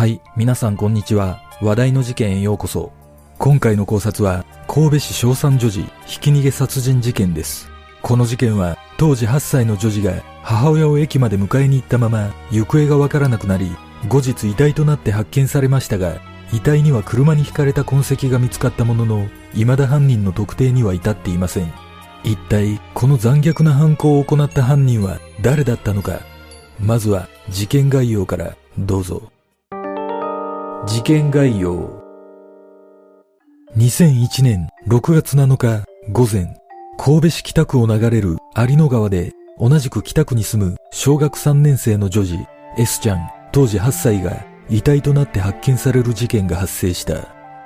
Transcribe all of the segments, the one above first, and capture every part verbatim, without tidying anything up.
はい、皆さんこんにちは。話題の事件へようこそ。今回の考察は神戸市小三女児ひき逃げ殺人事件です。この事件は当時はっさいの女児が母親を駅まで迎えに行ったまま行方がわからなくなり、後日遺体となって発見されましたが、遺体には車にひかれた痕跡が見つかったものの、未だ犯人の特定には至っていません。一体この残虐な犯行を行った犯人は誰だったのか。まずは事件概要からどうぞ。事件概要。にせんいちねんろくがつなのか午前、神戸市北区を流れる有野川で、同じく北区に住む小学さんねんせいの女児 S ちゃん当時はっさいが遺体となって発見される事件が発生した。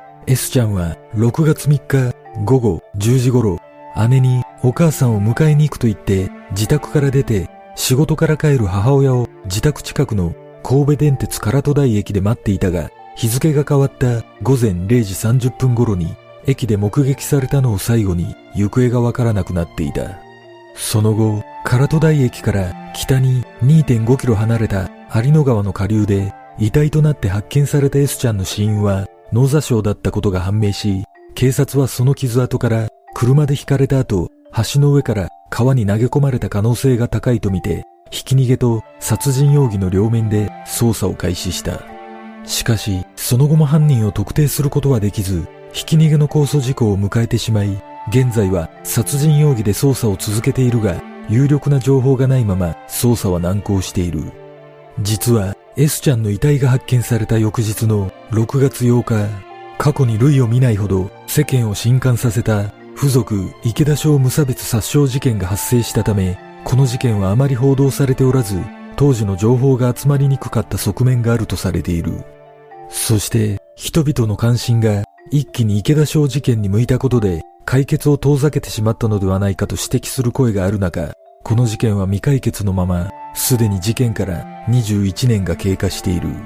S ちゃんはろくがつみっかごごじゅうじ頃、姉にお母さんを迎えに行くと言って自宅から出て、仕事から帰る母親を自宅近くの神戸電鉄唐戸台駅で待っていたが、日付が変わったごぜんれいじさんじゅっぷん頃に駅で目撃されたのを最後に行方がわからなくなっていた。その後、唐戸台駅から北に にてんごキロ離れた有野川の下流で遺体となって発見された S ちゃんの死因は脳挫傷だったことが判明し、警察はその傷跡から車でひかれた後、橋の上から川に投げ込まれた可能性が高いとみて、ひき逃げと殺人容疑の両面で捜査を開始した。しかし、その後も犯人を特定することはできず、ひき逃げの控訴事項を迎えてしまい、現在は殺人容疑で捜査を続けているが、有力な情報がないまま捜査は難航している。実は S ちゃんの遺体が発見された翌日のろくがつようか、過去に類を見ないほど世間を震撼させた附属池田小無差別殺傷事件が発生したため、この事件はあまり報道されておらず、当時の情報が集まりにくかった側面があるとされている。そして人々の関心が一気に池田小事件に向いたことで解決を遠ざけてしまったのではないかと指摘する声がある中、この事件は未解決のまま、すでに事件からにじゅういちねんが経過している。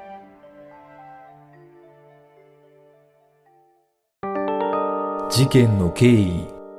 事件の経緯。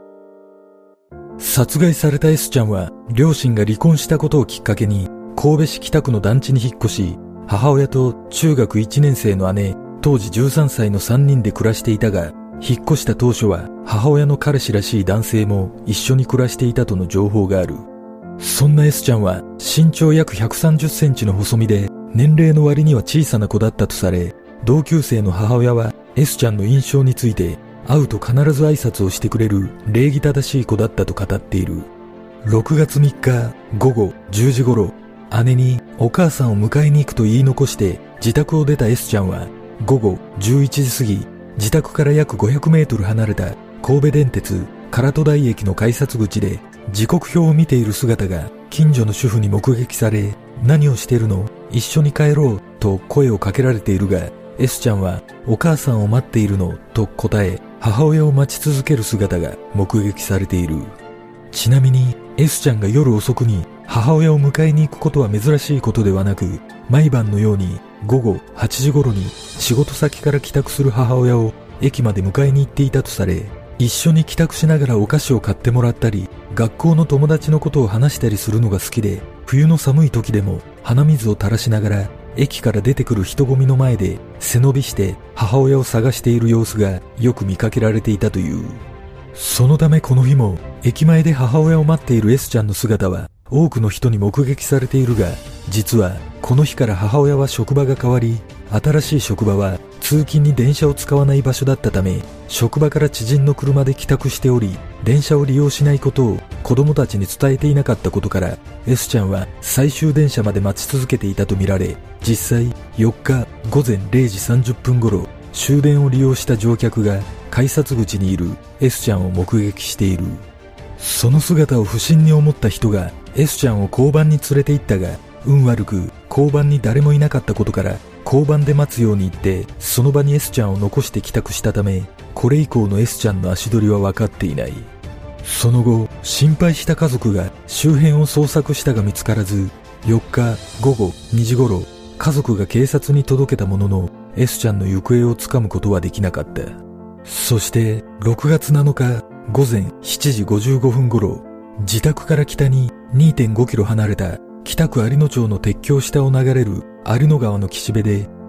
殺害された S ちゃんは両親が離婚したことをきっかけに神戸市北区の団地に引っ越し、母親と中学いちねんせいの姉、当時じゅうさんさいのさんにんで暮らしていたが、引っ越した当初は母親の彼氏らしい男性も一緒に暮らしていたとの情報がある。そんな S ちゃんは身長約ひゃくさんじゅっセンチの細身で、年齢の割には小さな子だったとされ、同級生の母親は S ちゃんの印象について、会うと必ず挨拶をしてくれる礼儀正しい子だったと語っている。ろくがつみっかごごじゅうじ頃、姉にお母さんを迎えに行くと言い残して自宅を出た S ちゃんは、ごごじゅういちじ過ぎ、自宅から約ごひゃくメートル離れた神戸電鉄唐戸台駅の改札口で時刻表を見ている姿が近所の主婦に目撃され、何をしてるの？一緒に帰ろうと声をかけられているが、 S ちゃんはお母さんを待っているのと答え、母親を待ち続ける姿が目撃されている。ちなみに S ちゃんが夜遅くに母親を迎えに行くことは珍しいことではなく、毎晩のようにごごはちじ頃に仕事先から帰宅する母親を駅まで迎えに行っていたとされ、一緒に帰宅しながらお菓子を買ってもらったり、学校の友達のことを話したりするのが好きで、冬の寒い時でも鼻水を垂らしながら駅から出てくる人混みの前で背伸びして母親を探している様子がよく見かけられていたという。そのためこの日も駅前で母親を待っている S ちゃんの姿は多くの人に目撃されているが、実はこの日から母親は職場が変わり、新しい職場は通勤に電車を使わない場所だったため、職場から知人の車で帰宅しており、電車を利用しないことを子供たちに伝えていなかったことから、 S ちゃんは最終電車まで待ち続けていたとみられ、実際よっかごぜんれいじさんじゅっぷん頃、終電を利用した乗客が改札口にいる S ちゃんを目撃している。その姿を不審に思った人が S ちゃんを交番に連れて行ったが、運悪く交番に誰もいなかったことから交番で待つように言ってその場に S ちゃんを残して帰宅したため、これ以降の S ちゃんの足取りは分かっていない。その後、心配した家族が周辺を捜索したが見つからず、よっかごごにじ頃、家族が警察に届けたものの S ちゃんの行方をつかむことはできなかった。そしてろくがつなのかごぜんしちじごじゅうごふん頃、自宅から北に にてんごキロ離れた北区有野町の鉄橋下を流れる有野川の岸辺で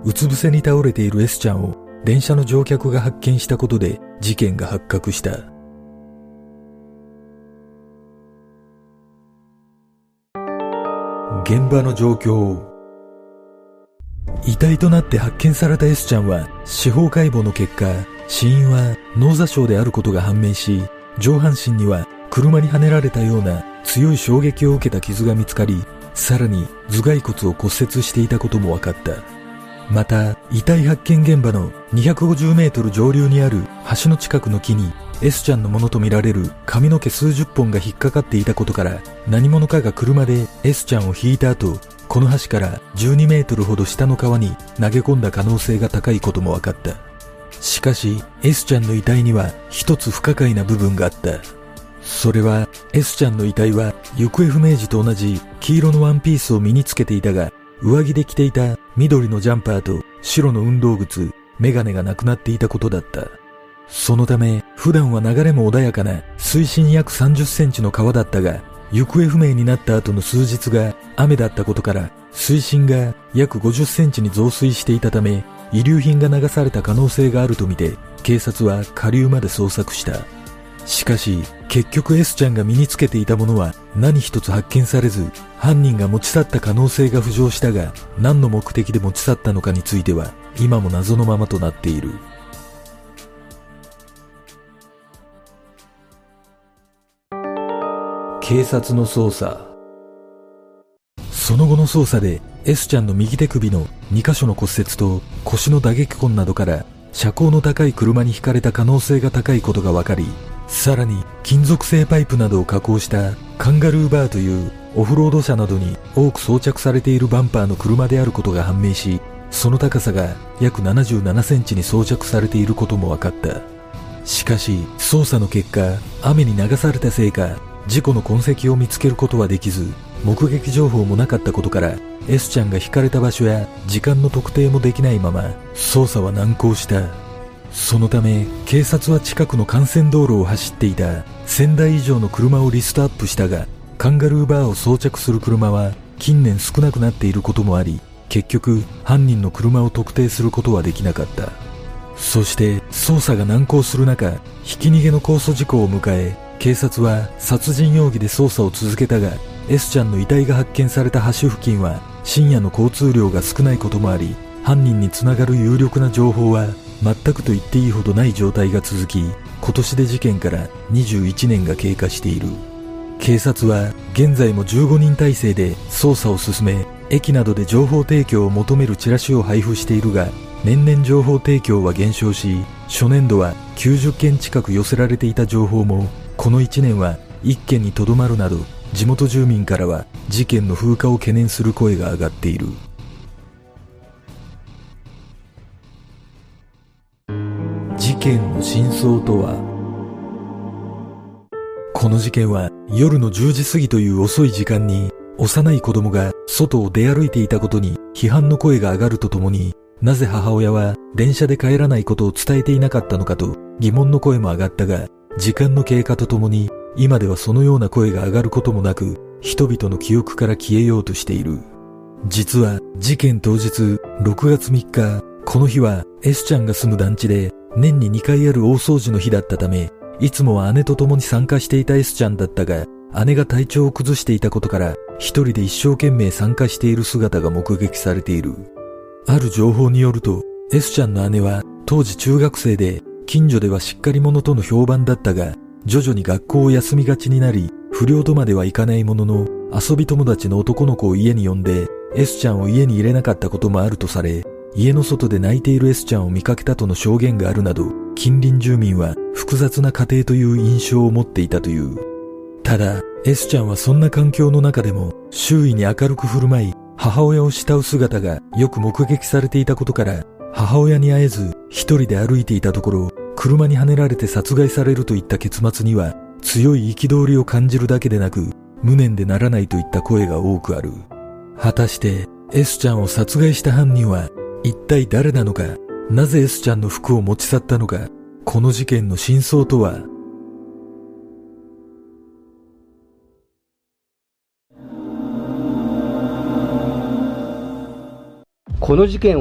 うつ伏せに倒れている S ちゃんを電車の乗客が発見したことで事件が発覚した。現場の状況。遺体となって発見された S ちゃんは司法解剖の結果、死因は脳挫傷であることが判明し、上半身には車にはねられたような強い衝撃を受けた傷が見つかり、さらに頭蓋骨を骨折していたことも分かった。また、遺体発見現場のにひゃくごじゅうメートル上流にある橋の近くの木に S ちゃんのものとみられる髪の毛数十本が引っかかっていたことから、何者かが車で S ちゃんを引いた後、この橋からじゅうにメートルほど下の川に投げ込んだ可能性が高いことも分かった。しかし S ちゃんの遺体には一つ不可解な部分があった。それは S ちゃんの遺体は行方不明時と同じ黄色のワンピースを身につけていたが、上着で着ていた緑のジャンパーと白の運動靴、メガネがなくなっていたことだった。そのため普段は流れも穏やかな水深約さんじゅっセンチの川だったが、行方不明になった後の数日が雨だったことから水深が約ごじゅっセンチに増水していたため、遺留品が流された可能性があるとみて警察は下流まで捜索した。しかし結局 S ちゃんが身につけていたものは何一つ発見されず、犯人が持ち去った可能性が浮上したが、何の目的で持ち去ったのかについては今も謎のままとなっている。警察の捜査。その後の捜査で S ちゃんの右手首のにかしょの骨折と腰の打撃痕などから車高の高い車にひかれた可能性が高いことが分かり、さらに金属製パイプなどを加工したカンガルーバーというオフロード車などに多く装着されているバンパーの車であることが判明し、その高さが約ななじゅうななセンチに装着されていることも分かった。しかし捜査の結果、雨に流されたせいか事故の痕跡を見つけることはできず、目撃情報もなかったことから S ちゃんがひかれた場所や時間の特定もできないまま捜査は難航した。そのため警察は近くの幹線道路を走っていたせんだい以上の車をリストアップしたが、カンガルーバーを装着する車は近年少なくなっていることもあり、結局犯人の車を特定することはできなかった。そして捜査が難航する中、ひき逃げの控訴事項を迎え、警察は殺人容疑で捜査を続けたが、 S ちゃんの遺体が発見された橋付近は深夜の交通量が少ないこともあり、犯人につながる有力な情報は全くと言っていいほどない状態が続き、今年で事件からにじゅういちねんが経過している。警察は現在もじゅうごにん体制で捜査を進め、駅などで情報提供を求めるチラシを配布しているが、年々情報提供は減少し、初年度はきゅうじゅっけん近く寄せられていた情報もこのいちねんはいっけんにとどまるなど、地元住民からは事件の風化を懸念する声が上がっている。事件の真相とは。この事件は夜のじゅうじ過ぎという遅い時間に幼い子供が外を出歩いていたことに批判の声が上がるとともに、なぜ母親は電車で帰らないことを伝えていなかったのかと疑問の声も上がったが、時間の経過とともに今ではそのような声が上がることもなく、人々の記憶から消えようとしている。実は事件当日ろくがつみっか、この日は S ちゃんが住む団地で年ににかいある大掃除の日だったため、いつもは姉と共に参加していた S ちゃんだったが、姉が体調を崩していたことから一人で一生懸命参加している姿が目撃されている。ある情報によると S ちゃんの姉は当時中学生で、近所ではしっかり者との評判だったが、徐々に学校を休みがちになり、不良とまではいかないものの、遊び友達の男の子を家に呼んで S ちゃんを家に入れなかったこともあるとされ、家の外で泣いている S ちゃんを見かけたとの証言があるなど、近隣住民は複雑な家庭という印象を持っていたという。ただ S ちゃんはそんな環境の中でも周囲に明るく振る舞い、母親を慕う姿がよく目撃されていたことから、母親に会えず一人で歩いていたところ、車にはねられて殺害されるといった結末には強い憤りを感じるだけでなく、無念でならないといった声が多くある。果たして S ちゃんを殺害した犯人は一体誰なのか、なぜ S ちゃんの服を持ち去ったのか、この事件の真相とは。 この事件は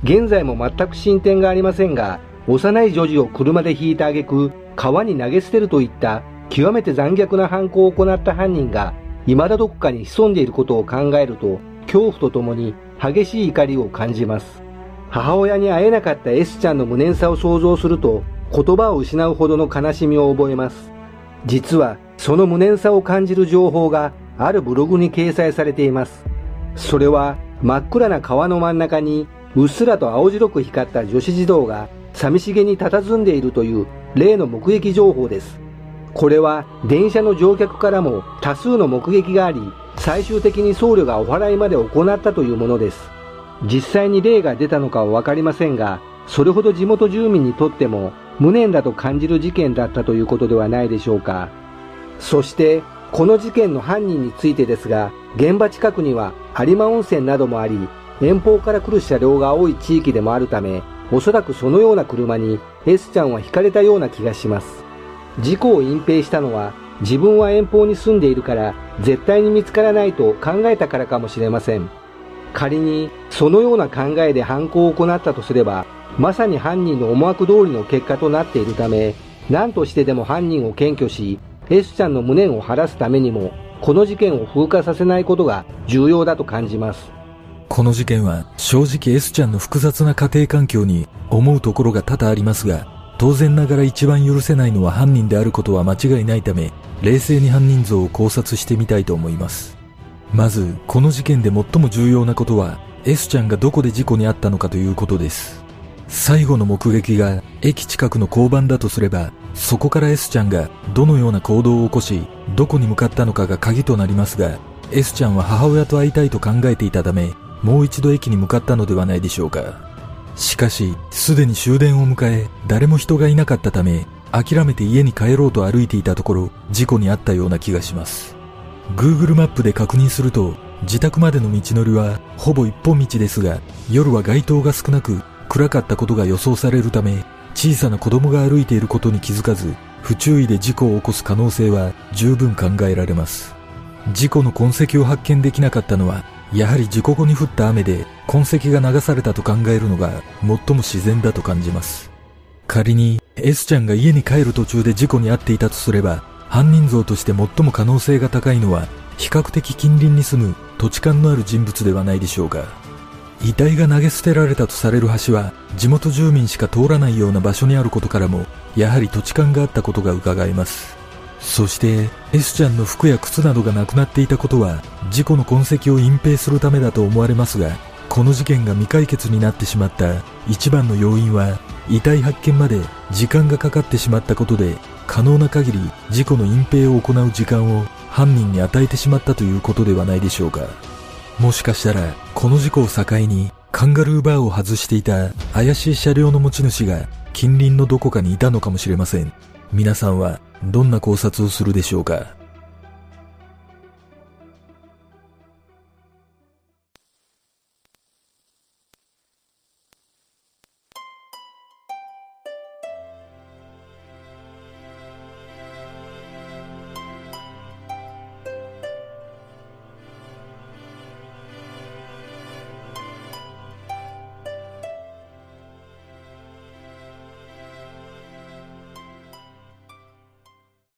現在も全く進展がありませんが、幼い女児を車で引いた挙句、川に投げ捨てるといった極めて残虐な犯行を行った犯人が、未だどこかに潜んでいることを考えると、恐怖とともに激しい怒りを感じます。母親に会えなかった S ちゃんの無念さを想像すると、言葉を失うほどの悲しみを覚えます。実は、その無念さを感じる情報があるブログに掲載されています。それは、真っ暗な川の真ん中に、うっすらと青白く光った女子児童が寂しげに佇んでいるという例の目撃情報です。これは電車の乗客からも多数の目撃があり、最終的に僧侶がお祓いまで行ったというものです。実際に例が出たのかはわかりませんが、それほど地元住民にとっても無念だと感じる事件だったということではないでしょうか。そしてこの事件の犯人についてですが、現場近くには有馬温泉などもあり、遠方から来る車両が多い地域でもあるため、おそらくそのような車に S ちゃんはひかれたような気がします。事故を隠蔽したのは、自分は遠方に住んでいるから絶対に見つからないと考えたからかもしれません。仮にそのような考えで犯行を行ったとすれば、まさに犯人の思惑通りの結果となっているため、何としてでも犯人を検挙し、S ちゃんの無念を晴らすためにも、この事件を風化させないことが重要だと感じます。 この事件は正直 S ちゃんの複雑な家庭環境に思うところが多々ありますが、当然ながら一番許せないのは犯人であることは間違いないため、冷静に犯人像を考察してみたいと思います。まず、この事件で最も重要なことは、S ちゃんがどこで事故に遭ったのかということです。最後の目撃が駅近くの交番だとすれば、そこから S ちゃんがどのような行動を起こし、どこに向かったのかが鍵となりますが、S ちゃんは母親と会いたいと考えていたため、もう一度駅に向かったのではないでしょうか。しかし、すでに終電を迎え、誰も人がいなかったため、諦めて家に帰ろうと歩いていたところ、事故に遭ったような気がします。Google マップで確認すると、自宅までの道のりはほぼ一本道ですが、夜は街灯が少なく、暗かったことが予想されるため、小さな子供が歩いていることに気づかず、不注意で事故を起こす可能性は十分考えられます。事故の痕跡を発見できなかったのは、やはり事故後に降った雨で痕跡が流されたと考えるのが最も自然だと感じます。仮に S ちゃんが家に帰る途中で事故に遭っていたとすれば、犯人像として最も可能性が高いのは、比較的近隣に住む土地勘のある人物ではないでしょうか。遺体が投げ捨てられたとされる橋は、地元住民しか通らないような場所にあることからも、やはり土地勘があったことが伺えます。そして S ちゃんの服や靴などがなくなっていたことは、事故の痕跡を隠蔽するためだと思われますが、この事件が未解決になってしまった一番の要因は、遺体発見まで時間がかかってしまったことで、可能な限り事故の隠蔽を行う時間を犯人に与えてしまったということではないでしょうか。もしかしたらこの事故を境にカンガルーバーを外していた怪しい車両の持ち主が近隣のどこかにいたのかもしれません。皆さんはどんな考察をするでしょうか。